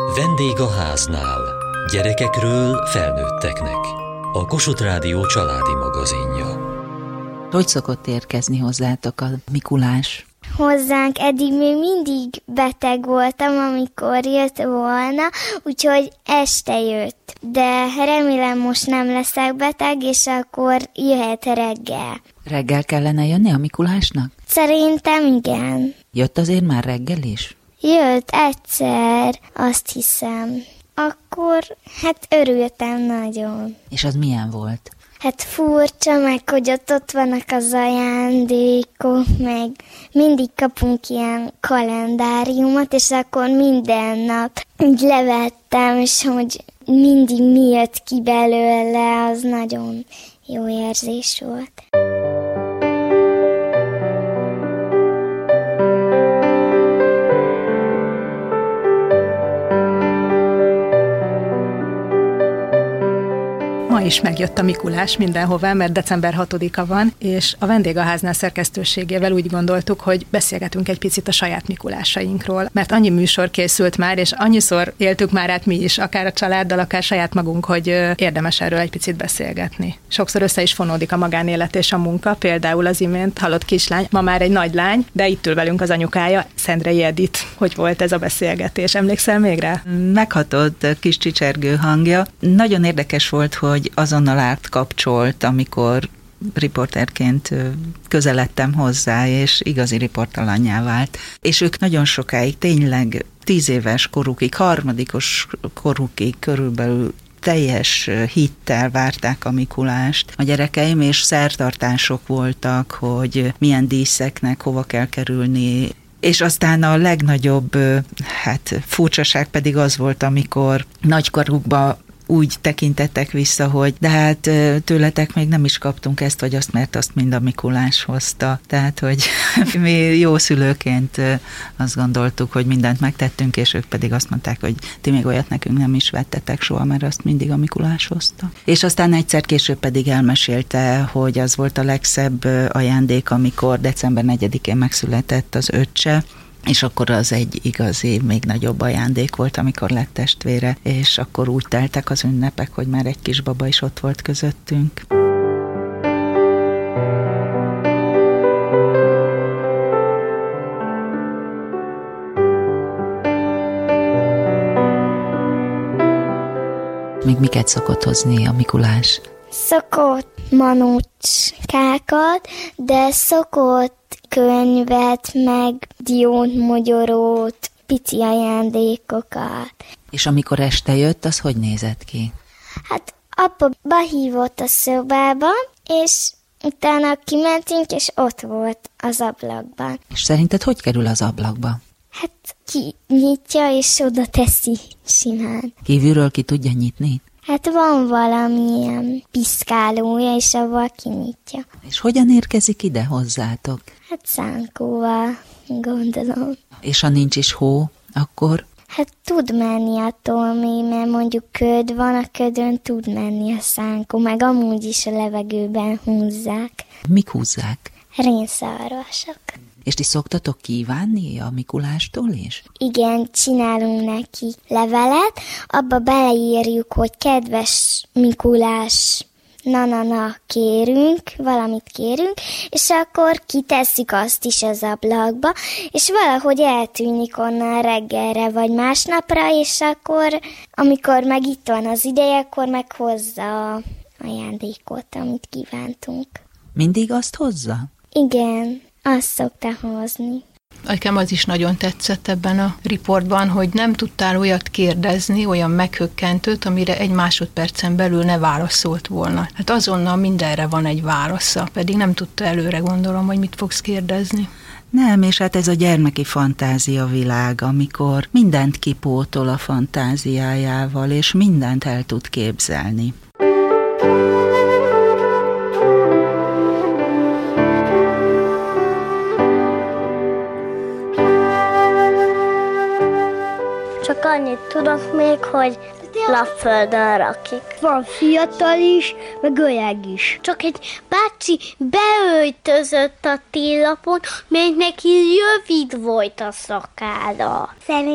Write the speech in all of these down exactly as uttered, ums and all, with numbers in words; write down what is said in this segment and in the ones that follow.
Vendég a háznál. Gyerekekről felnőtteknek. A Kossuth Rádió családi magazinja. Hogy szokott érkezni hozzátok a Mikulás? Hozzánk eddig még mindig beteg voltam, amikor jött volna, úgyhogy este jött. De remélem most nem leszek beteg, és akkor jöhet reggel. Reggel kellene jönni a Mikulásnak? Szerintem igen. Jött azért már reggel is? Jött egyszer, azt hiszem. Akkor hát örültem nagyon. És az milyen volt? Hát furcsa, meg hogy ott, ott vannak az ajándékok, meg mindig kapunk ilyen kalendáriumot, és akkor minden nap így levettem, és hogy mindig mi jött ki belőle, az nagyon jó érzés volt. Ma is megjött a Mikulás mindenhová, mert december hatodika van, és a Vendég a háznál szerkesztőségével úgy gondoltuk, hogy beszélgetünk egy picit a saját Mikulásainkról, mert annyi műsor készült már, és annyiszor éltük már át mi is, akár a családdal, akár saját magunk, hogy érdemes erről egy picit beszélgetni. Sokszor össze is fonódik a magánélet és a munka, például az imént halott kislány, ma már egy nagy lány, de itt ül velünk az anyukája, Szendrei Edith. Hogy volt ez a beszélgetés? Emlékszel még rá? Meghatott kis csicsergő hangja. Nagyon érdekes volt, hogy azonnal átkapcsolt, amikor riporterként közeledtem hozzá, és igazi riportalanyá vált. És ők nagyon sokáig, tényleg tíz éves korukig, harmadikos korukig körülbelül teljes hittel várták a Mikulást a gyerekeim, és szertartások voltak, hogy milyen díszeknek hova kell kerülni. És aztán a legnagyobb hát furcsaság pedig az volt, amikor nagykorukba úgy tekintettek vissza, hogy de hát tőletek még nem is kaptunk ezt vagy azt, mert azt mind a Mikulás hozta. Tehát, hogy mi jó szülőként azt gondoltuk, hogy mindent megtettünk, és ők pedig azt mondták, hogy ti még olyat nekünk nem is vettetek soha, mert azt mindig a Mikulás hozta. És aztán egyszer később pedig elmesélte, hogy az volt a legszebb ajándék, amikor december negyedikén megszületett az öccse, és akkor az egy igazi, még nagyobb ajándék volt, amikor lett testvére, és akkor úgy teltek az ünnepek, hogy már egy kisbaba is ott volt közöttünk. Még miket szokott hozni a Mikulás? Szokott manócskákat, de szokott könyvet, meg diót, mogyorót, pici ajándékokat. És amikor este jött, az hogy nézett ki? Hát apa behívott a szobába, és utána kimentünk, és ott volt az ablakban. És szerinted hogy kerül az ablakba? Hát kinyitja, és oda teszi simán. Kívülről ki tudja nyitni? Hát van valamilyen piszkálója, és avval kinyitja. És hogyan érkezik ide hozzátok? Hát szánkóval, gondolom. És ha nincs is hó, akkor? Hát tud menni attól még, mert mondjuk köd van, a ködön tud menni a szánkó, meg amúgy is a levegőben húzzák. Mik húzzák? Rénszarvasok. És ti szoktatok kívánni a Mikulástól is? Igen, csinálunk neki levelet, abba beleírjuk, hogy kedves Mikulás, na-na-na, kérünk, valamit kérünk, és akkor kitesszük azt is az ablakba, és valahogy eltűnik onnan reggelre, vagy másnapra, és akkor, amikor meg itt van az ideje, akkor meghozza a ajándékot, amit kívántunk. Mindig azt hozza? Igen, azt szokta hozni. Nekem az is nagyon tetszett ebben a riportban, hogy nem tudtál olyat kérdezni, olyan meghökkentőt, amire egy másodpercen belül ne válaszolt volna. Hát azonnal mindenre van egy válasza, pedig nem tudta előre, gondolom, hogy mit fogsz kérdezni. Nem, és hát ez a gyermeki fantázia világ, amikor mindent kipótol a fantáziájával, és mindent el tud képzelni. Csak annyit tudok még, hogy lapföldön rakik. Van fiatal is, meg öreg is. Csak egy bácsi beöltözött a télapon, még neki rövid volt a szakála. Szerintem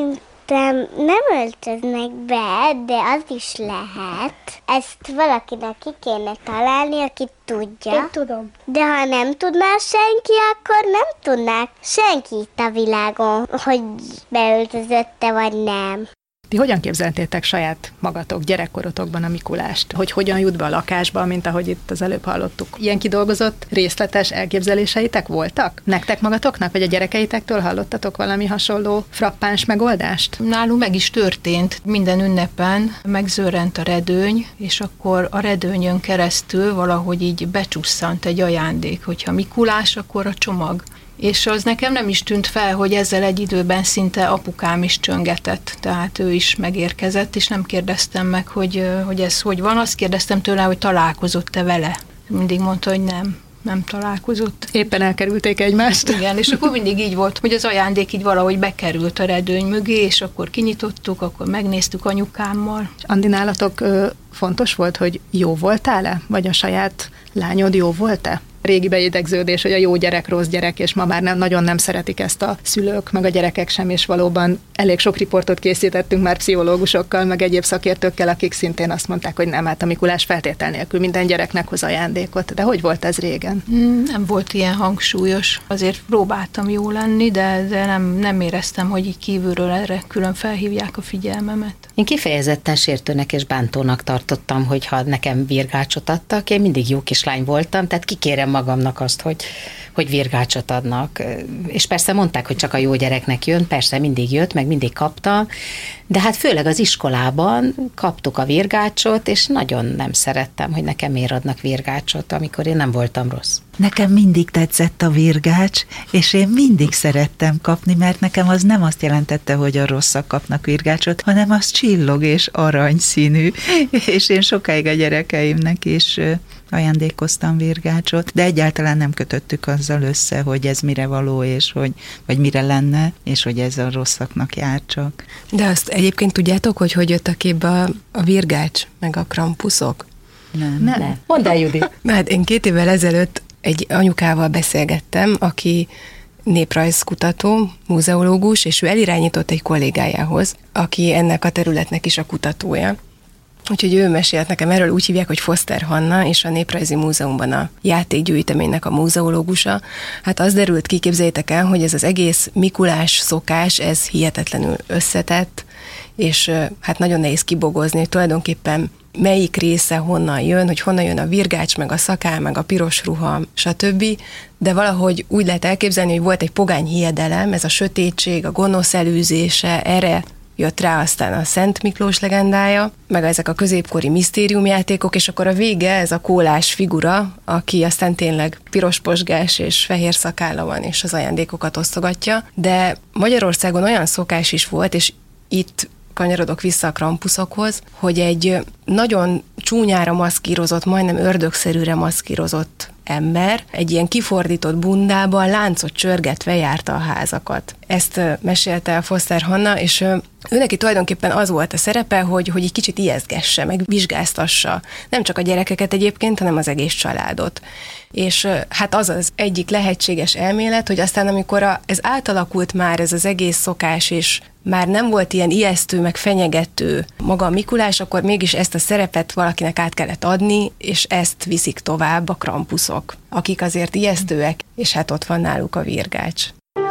Szerintem nem öltöznek be, de az is lehet. Ezt valakinek ki kéne találni, aki tudja. Én tudom. De ha nem tudná senki, akkor nem tudná senki itt a világon, hogy beöltözötte vagy nem. Ti hogyan képzeltétek saját magatok gyerekkorotokban a Mikulást? Hogy hogyan jut be a lakásba, mint ahogy itt az előbb hallottuk? Ilyen kidolgozott, részletes elképzeléseitek voltak? Nektek magatoknak, vagy a gyerekeitektől hallottatok valami hasonló frappáns megoldást? Nálunk meg is történt. Minden ünnepen megzörrent a redőny, és akkor a redőnyön keresztül valahogy így becsusszant egy ajándék. Hogyha Mikulás, akkor a csomag. És az nekem nem is tűnt fel, hogy ezzel egy időben szinte apukám is csöngetett, tehát ő is megérkezett, és nem kérdeztem meg, hogy, hogy ez hogy van. Azt kérdeztem tőle, hogy találkozott-e vele. Mindig mondta, hogy nem, nem találkozott. Éppen elkerülték egymást. Igen, és akkor mindig így volt, hogy az ajándék így valahogy bekerült a redőny mögé, és akkor kinyitottuk, akkor megnéztük anyukámmal. Andi, nálatok ö, fontos volt, hogy jó voltál-e? Vagy a saját lányod jó volt-e? Régi beidegződés, hogy a jó gyerek, rossz gyerek, és ma már nem, nagyon nem szeretik ezt a szülők, meg a gyerekek sem, és valóban elég sok riportot készítettünk már pszichológusokkal, meg egyéb szakértőkkel, akik szintén azt mondták, hogy nem, hát a Mikulás feltétel nélkül minden gyereknek hoz ajándékot. De hogy volt ez régen? Nem volt ilyen hangsúlyos. Azért próbáltam jó lenni, de, de nem, nem éreztem, hogy így kívülről erre külön felhívják a figyelmemet. Én kifejezetten sértőnek és bántónak tartottam, hogy ha nekem virgácsot adtak, én mindig jó kislány voltam, tehát kikérem magamnak azt, hogy, hogy virgácsot adnak. És persze mondták, hogy csak a jó gyereknek jön, persze mindig jött, meg mindig kaptam, de hát főleg az iskolában kaptuk a virgácsot, és nagyon nem szerettem, hogy nekem miért adnak virgácsot, amikor én nem voltam rossz. Nekem mindig tetszett a virgács, és én mindig szerettem kapni, mert nekem az nem azt jelentette, hogy a rosszak kapnak virgácsot, hanem az csillog és aranyszínű, és én sokáig a gyerekeimnek is ajándékoztam virgácsot, de egyáltalán nem kötöttük azzal össze, hogy ez mire való, és hogy, vagy mire lenne, és hogy ez a rosszaknak jár csak. De azt egyébként tudjátok, hogy hogy jött a képbe a, a virgács, meg a krampuszok? Nem. Nem. Nem. Mondd el, Judit. Hát én két évvel ezelőtt egy anyukával beszélgettem, aki néprajzkutató, múzeológus, és ő elirányított egy kollégájához, aki ennek a területnek is a kutatója. Úgyhogy ő mesélt nekem erről, úgy hívják, hogy Foster Hanna, és a Néprajzi Múzeumban a játékgyűjteménynek a múzeológusa. Hát az derült ki, képzeljétek el, hogy ez az egész Mikulás szokás, ez hihetetlenül összetett, és hát nagyon nehéz kibogozni, hogy tulajdonképpen melyik része honnan jön, hogy honnan jön a virgács, meg a szakál, meg a piros ruha, stb. De valahogy úgy lehet elképzelni, hogy volt egy pogány hiedelem, ez a sötétség, a gonosz elűzése, erre jött rá aztán a Szent Miklós legendája, meg ezek a középkori misztériumjátékok, és akkor a vége ez a kólás figura, aki aztán tényleg piros posgás és fehér szakálla van, és az ajándékokat osztogatja. De Magyarországon olyan szokás is volt, és itt kanyarodok vissza a krampuszokhoz, hogy egy nagyon csúnyára maszkírozott, majdnem ördögszerűre maszkírozott ember egy ilyen kifordított bundában láncot csörgetve járta a házakat. Ezt mesélte el Foster Hanna, és ő neki tulajdonképpen az volt a szerepe, hogy, hogy egy kicsit ijesztgesse, meg vizsgáztassa nem csak a gyerekeket egyébként, hanem az egész családot. És hát az az egyik lehetséges elmélet, hogy aztán amikor a, ez átalakult már ez az egész szokás, és már nem volt ilyen ijesztő, meg fenyegető maga a Mikulás, akkor mégis ezt a szerepet valakinek át kellett adni, és ezt viszik tovább a krampuszok, akik azért ijesztőek, és hát ott van náluk a virgács.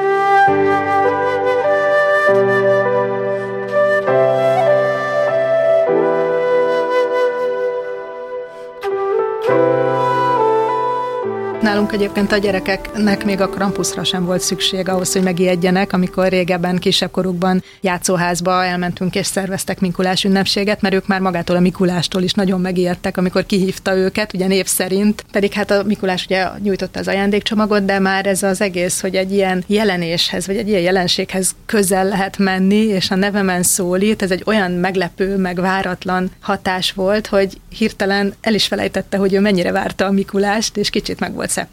Nálunk egyébként a gyerekeknek még a krampuszra sem volt szükség ahhoz, hogy megijedjenek, amikor régebben, kisebb korukban játszóházba elmentünk és szerveztek Mikulás ünnepséget, mert ők már magától a Mikulástól is nagyon megijedtek, amikor kihívta őket, ugye név szerint. Pedig hát a Mikulás ugye nyújtotta az ajándékcsomagot, de már ez az egész, hogy egy ilyen jelenéshez, vagy egy ilyen jelenséghez közel lehet menni, és a nevemen szólít, ez egy olyan meglepő, meg váratlan hatás volt, hogy hirtelen el is felejtette, hogy ő mennyire várta a Mikulást, és kicsit meg volt szeppelve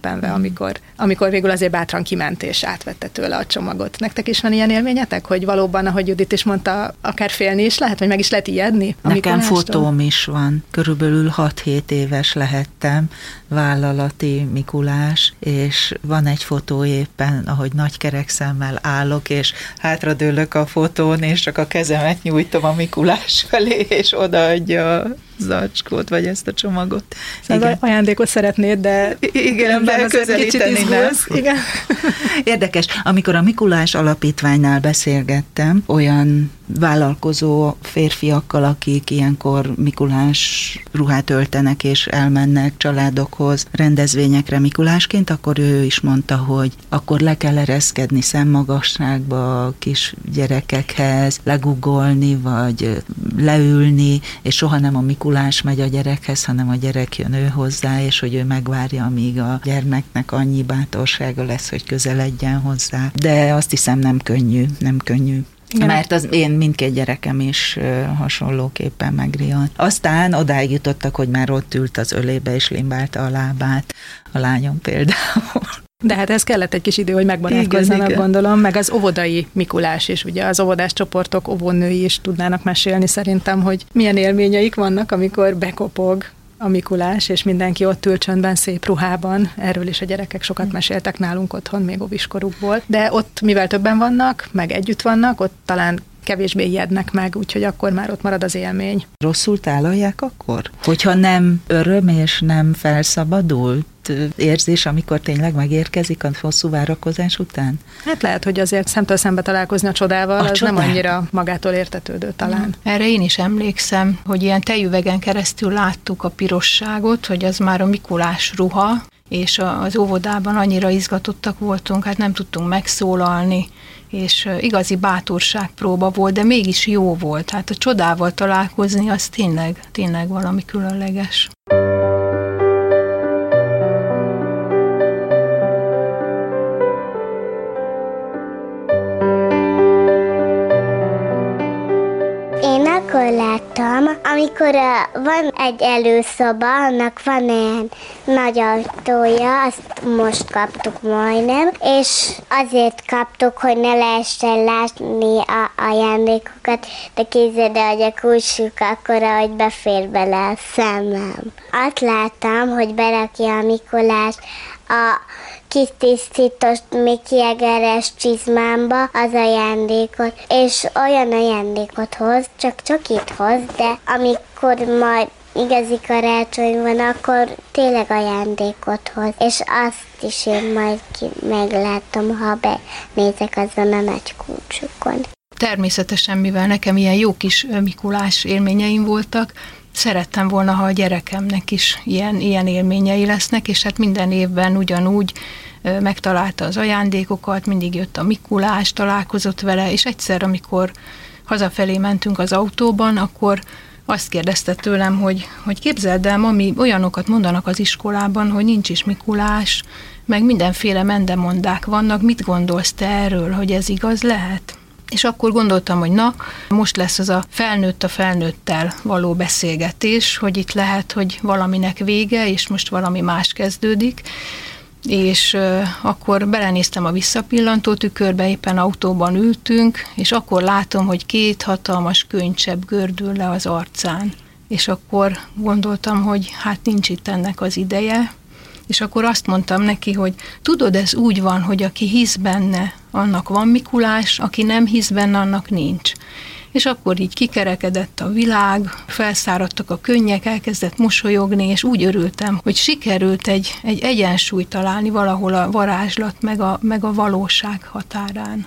döbbenve, amikor, amikor végül azért bátran kiment és átvette tőle a csomagot. Nektek is van ilyen élményetek, hogy valóban, ahogy Judit is mondta, akár félni is lehet, vagy meg is lehet ijedni? Nekem fotóm is van. Körülbelül hat-hét éves lehettem, vállalati Mikulás, és van egy fotó éppen, ahogy nagy kerek szemmel állok, és hátradőlök a fotón, és csak a kezemet nyújtom a Mikulás felé, és odaadja a zacskót, vagy ezt a csomagot. Szóval ajándékot szeretnéd, de igen, de közelíteni nem. Igen. Érdekes, amikor a Mikulás Alapítványnál beszélgettem, olyan vállalkozó férfiakkal, akik ilyenkor Mikulás ruhát öltenek, és elmennek családokhoz, rendezvényekre Mikulásként, akkor ő is mondta, hogy akkor le kell ereszkedni szemmagasságba a kis gyerekekhez, legugolni, vagy leülni, és soha nem a Mikulás megy a gyerekhez, hanem a gyerek jön ő hozzá, és hogy ő megvárja, amíg a gyermeknek annyi bátorsága lesz, hogy közeledjen hozzá. De azt hiszem nem könnyű, nem könnyű. Igen. Mert az én mindkét gyerekem is hasonlóképpen megriadt. Aztán odáig jutottak, hogy már ott ült az ölébe, és limbálta a lábát, a lányom például. De hát ez kellett egy kis idő, hogy megbarátkozzanak, gondolom, meg az óvodai Mikulás is, ugye az óvodás csoportok, óvónői is tudnának mesélni szerintem, hogy milyen élményeik vannak, amikor bekopog a Mikulás, és mindenki ott ül csöndben, szép ruhában. Erről is a gyerekek sokat meséltek nálunk otthon, még óviskorukból. De ott, mivel többen vannak, meg együtt vannak, ott talán kevésbé ijednek meg, úgyhogy akkor már ott marad az élmény. Rosszul tálalják akkor? Hogyha nem öröm és nem felszabadult érzés, amikor tényleg megérkezik a hosszú várakozás után? Hát lehet, hogy azért szemtől szembe találkozni a csodával, a az csodál? Nem annyira magától értetődő talán. Erre én is emlékszem, hogy ilyen tejüvegen keresztül láttuk a pirosságot, hogy az már a Mikulás ruha, és az óvodában annyira izgatottak voltunk, hát nem tudtunk megszólalni, és igazi bátorságpróba volt, de mégis jó volt. Hát a csodával találkozni, az tényleg, tényleg valami különleges. Akkor láttam, amikor uh, van egy előszoba, annak van egy nagy ajtója, azt most kaptuk majdnem, és azért kaptuk, hogy ne lehessen látni a ajándékokat, de képzeld el, hogy a kulcsuk akkora, hogy befér bele a szemem. Azt láttam, hogy berakja a Mikulás a kis tisztítos Mickey Egeres csizmámba az ajándékot, és olyan ajándékot hoz, csak csokit hoz, de amikor majd igazi karácsony van, akkor tényleg ajándékot hoz, és azt is én majd ki meglátom, ha benézek azon a nagy kulcsukon. Természetesen, mivel nekem ilyen jó kis Mikulás élményeim voltak, szerettem volna, ha a gyerekemnek is ilyen, ilyen élményei lesznek, és hát minden évben ugyanúgy megtalálta az ajándékokat, mindig jött a Mikulás, találkozott vele, és egyszer, amikor hazafelé mentünk az autóban, akkor azt kérdezte tőlem, hogy, hogy képzeld el, mami, olyanokat mondanak az iskolában, hogy nincs is Mikulás, meg mindenféle mendemondák vannak, mit gondolsz te erről, hogy ez igaz lehet? És akkor gondoltam, hogy na, most lesz az a felnőtt a felnőttel való beszélgetés, hogy itt lehet, hogy valaminek vége, és most valami más kezdődik, és uh, akkor belenéztem a visszapillantó tükörbe, éppen autóban ültünk, és akkor látom, hogy két hatalmas könycsepp gördül le az arcán. És akkor gondoltam, hogy hát nincs itt ennek az ideje, és akkor azt mondtam neki, hogy tudod, ez úgy van, hogy aki hisz benne, annak van Mikulás, aki nem hisz benne, annak nincs. És akkor így kikerekedett a világ, felszáradtak a könnyek, elkezdett mosolyogni, és úgy örültem, hogy sikerült egy, egy egyensúlyt találni valahol a varázslat meg a, meg a valóság határán.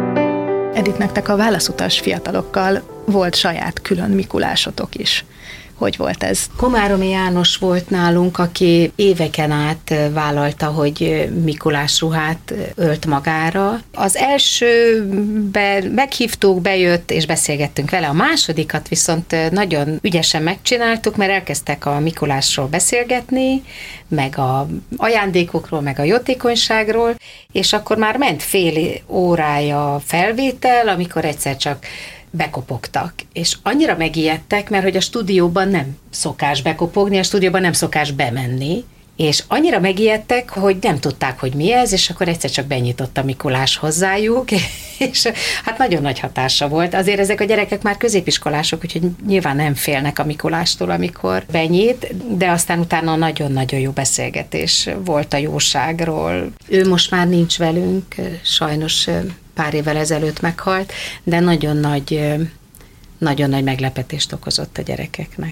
Edith, nektek a válaszutas fiatalokkal volt saját külön Mikulásotok is. Hogy volt ez? Komáromi János volt nálunk, aki éveken át vállalta, hogy Mikulás ruhát ölt magára. Az elsőben meghívtuk, bejött, és beszélgettünk vele. A másodikat viszont nagyon ügyesen megcsináltuk, mert elkezdtek a Mikulásról beszélgetni, meg a ajándékokról, meg a jótékonyságról, és akkor már ment fél órája felvétel, amikor egyszer csak bekopogtak, és annyira megijedtek, mert hogy a stúdióban nem szokás bekopogni, a stúdióban nem szokás bemenni, és annyira megijedtek, hogy nem tudták, hogy mi ez, és akkor egyszer csak benyitott a Mikulás hozzájuk, és hát nagyon nagy hatása volt. Azért ezek a gyerekek már középiskolások, úgyhogy nyilván nem félnek a Mikulástól, amikor benyit, de aztán utána nagyon-nagyon jó beszélgetés volt a jóságról. Ő most már nincs velünk, sajnos pár évvel ezelőtt meghalt, de nagyon nagy, nagyon nagy meglepetést okozott a gyerekeknek.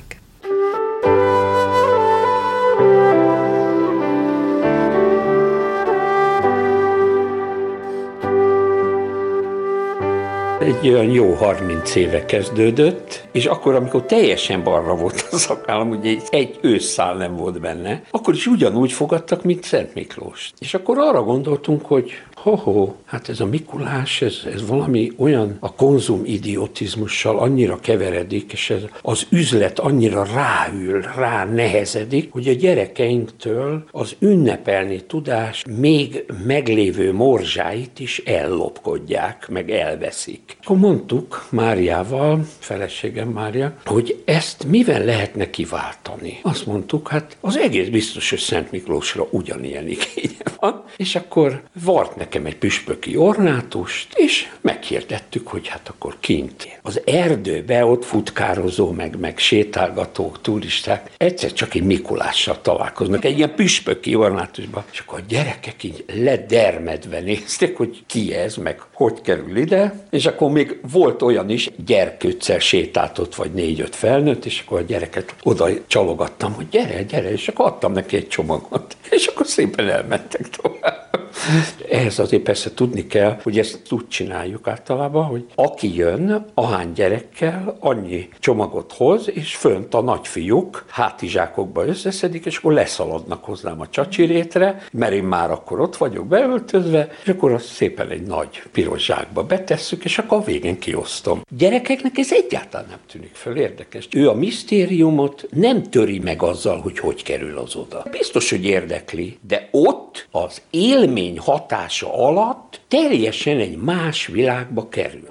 Egy olyan jó harminc éve kezdődött, és akkor, amikor teljesen balra volt a szakállam, ugye egy, egy ősszál nem volt benne, akkor is ugyanúgy fogadtak, mint Szent Miklós. És akkor arra gondoltunk, hogy ho-ho, hát ez a Mikulás, ez, ez valami olyan a konzum idiotizmussal annyira keveredik, és ez az üzlet annyira ráül, rá nehezedik, hogy a gyerekeinktől az ünnepelni tudás még meglévő morzsáit is ellopkodják, meg elveszik. Akkor mondtuk Máriával, feleségem Mária, hogy ezt mivel lehetne kiváltani? Azt mondtuk, hát az egész biztos, hogy Szent Miklósra ugyanilyen igénye van, és akkor vart nekem egy püspöki ornátust, és meghirdettük, hogy hát akkor kint. Az erdőbe ott futkározó, meg, meg sétálgató turisták egyszer csak egy Mikulással találkoznak, egy ilyen püspöki ornátusban, és akkor a gyerekek így ledermedve nézték, hogy ki ez, meg hogy kerül ide, és akkor még volt olyan is, gyerkőccel sétáltott, vagy négy-öt felnőtt, és akkor a gyereket oda csalogattam, hogy gyere, gyere, és akkor adtam neki egy csomagot, és akkor szépen elmentek tovább. Ehhez azért persze tudni kell, hogy ezt úgy csináljuk általában, hogy aki jön, ahány gyerekkel, annyi csomagot hoz, és fönt a nagyfiúk hátizsákokba összeszedik, és akkor leszaladnak hozzám a csacsirétre, mert én már akkor ott vagyok beöltözve, és akkor azt szépen egy nagy piros zsákba betesszük, és akkor a végén kiosztom. Gyerekeknek ez egyáltalán nem tűnik föl, érdekes. Ő a misztériumot nem töri meg azzal, hogy hogy kerül az oda. Biztos, hogy érdekli, de ott az élmény hatása alatt teljesen egy más világba kerül.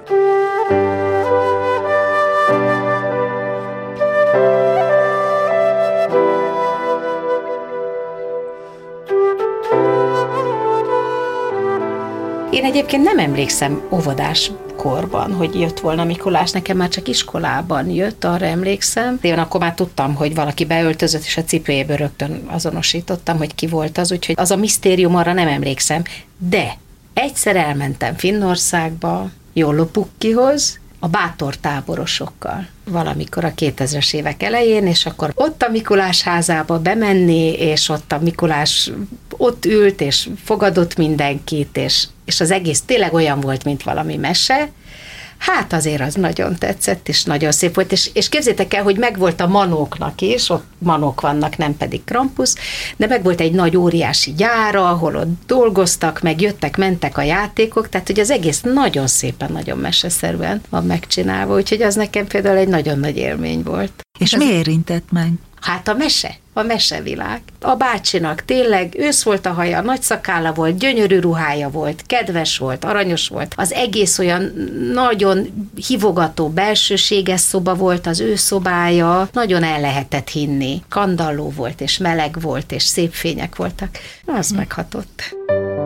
Én egyébként nem emlékszem óvodás korban, hogy jött volna Mikulás, nekem már csak iskolában jött, arra emlékszem. Én akkor már tudtam, hogy valaki beöltözött, és a cipőjéből rögtön azonosítottam, hogy ki volt az, úgyhogy az a misztérium, arra nem emlékszem. De egyszer elmentem Finnországba, Joulupukkihoz, a bátor táborosokkal, valamikor a kétezres évek elején, és akkor ott a Mikulás házába bemenni, és ott a Mikulás ott ült, és fogadott mindenkit, és, és az egész tényleg olyan volt, mint valami mese. Hát azért az nagyon tetszett, és nagyon szép volt, és, és képzétek el, hogy megvolt a manóknak is, ott manók vannak, nem pedig Krampus, de megvolt egy nagy óriási gyára, ahol ott dolgoztak, meg jöttek, mentek a játékok, tehát hogy az egész nagyon szépen, nagyon meseszerűen van megcsinálva, úgyhogy az nekem például egy nagyon nagy élmény volt. És mi érintett meg? Hát a mese, a mesevilág. A bácsinak tényleg ősz volt a haja, nagy szakálla volt, gyönyörű ruhája volt, kedves volt, aranyos volt. Az egész olyan nagyon hívogató, belsőséges szoba volt az ő szobája, nagyon el lehetett hinni. Kandalló volt, és meleg volt, és szép fények voltak. Az hm. meghatott.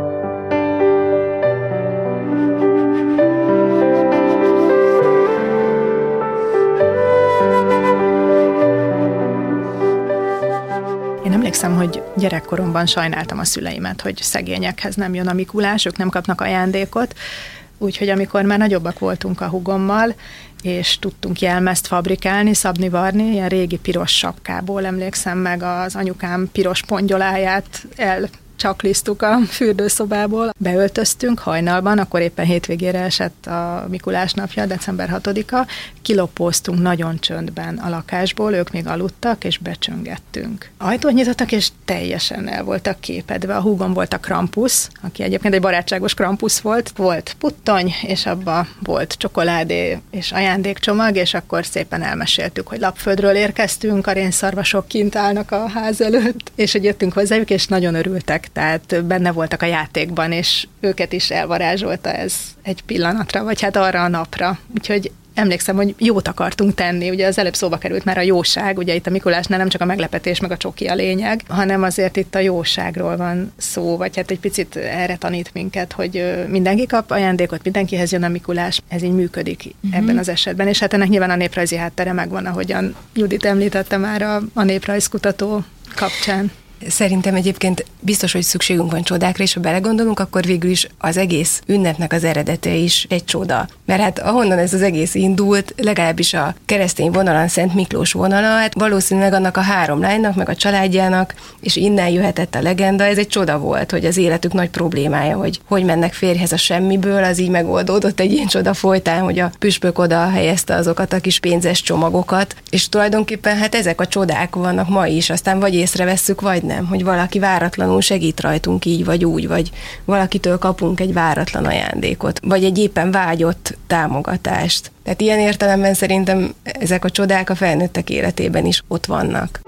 Én emlékszem, hogy gyerekkoromban sajnáltam a szüleimet, hogy szegényekhez nem jön a Mikulás, ők nem kapnak ajándékot, úgyhogy amikor már nagyobbak voltunk a hugommal, és tudtunk jelmezt fabrikálni, szabni-varni, ilyen régi piros sapkából emlékszem meg az anyukám piros pongyoláját csaklisztuk a fürdőszobából. Beöltöztünk hajnalban, akkor éppen hétvégére esett a Mikulás napja, december hatodika. Kilopóztunk nagyon csöndben a lakásból, ők még aludtak, és becsöngettünk. Ajtót nyitottak, és teljesen el voltak képedve. A húgom volt a Krampus, aki egyébként egy barátságos Krampus volt. Volt puttony, és abba volt csokoládé és ajándékcsomag, és akkor szépen elmeséltük, hogy Lapföldről érkeztünk, a rénszarvasok kint állnak a ház előtt, és hogy jöttünk hozzájuk, és nagyon örültek, tehát benne voltak a játékban, és őket is elvarázsolta ez egy pillanatra, vagy hát arra a napra. Úgyhogy emlékszem, hogy jót akartunk tenni, ugye az előbb szóba került már a jóság, ugye itt a Mikulásnál nem csak a meglepetés meg a csoki a lényeg, hanem azért itt a jóságról van szó, vagy hát egy picit erre tanít minket, hogy mindenki kap ajándékot, mindenkihez jön a Mikulás, ez így működik uh-huh. ebben az esetben, és hát ennek nyilván a néprajzi háttere megvan, ahogyan Judit említette már a, a néprajzkutató kapcsán. Szerintem egyébként biztos, hogy szükségünk van csodákra, és ha belegondolunk, akkor végül is az egész ünnepnek az eredete is egy csoda. Mert hát ahonnan ez az egész indult, legalábbis a keresztény vonalon, Szent Miklós vonala, hát valószínűleg annak a három lánynak, meg a családjának, és innen jöhetett a legenda, ez egy csoda volt, hogy az életük nagy problémája, hogy hogy mennek férjhez a semmiből, az így megoldódott egy ilyen csoda folytán, hogy a püspök oda helyezte azokat a kis pénzes csomagokat, és tulajdonképpen hát ezek a csodák vannak ma is, aztán vagy észrevesszük, vagy nem, hogy valaki váratlanul segít rajtunk így vagy úgy, vagy valakitől kapunk egy váratlan ajándékot, vagy egy éppen vágyott támogatást. Tehát ilyen értelemben szerintem ezek a csodák a felnőttek életében is ott vannak.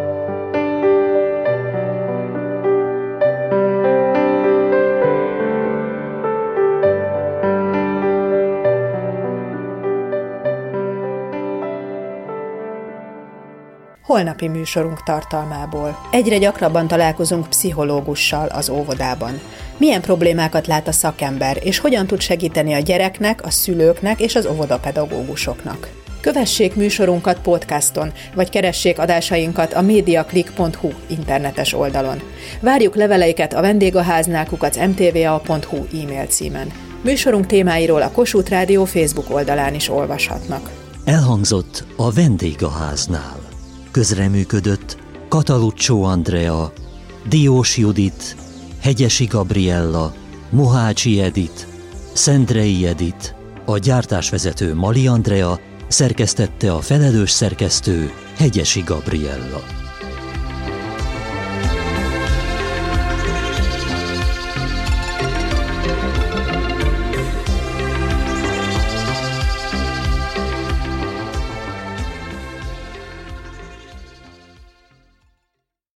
Holnapi műsorunk tartalmából. Egyre gyakrabban találkozunk pszichológussal az óvodában. Milyen problémákat lát a szakember, és hogyan tud segíteni a gyereknek, a szülőknek és az óvodapedagógusoknak? Kövessék műsorunkat podcaston, vagy keressék adásainkat a mediaclick pont hu internetes oldalon. Várjuk leveleiket a vendégháznál kukac em té vé á pont hu e-mail címen. Műsorunk témáiról a Kossuth Rádió Facebook oldalán is olvashatnak. Elhangzott a vendégháznál. Közreműködött Kataluccio Andrea, Diós Judit, Hegyesi Gabriella, Mohácsi Edit, Szendrei Edit, a gyártásvezető Mali Andrea, szerkesztette a felelős szerkesztő Hegyesi Gabriella.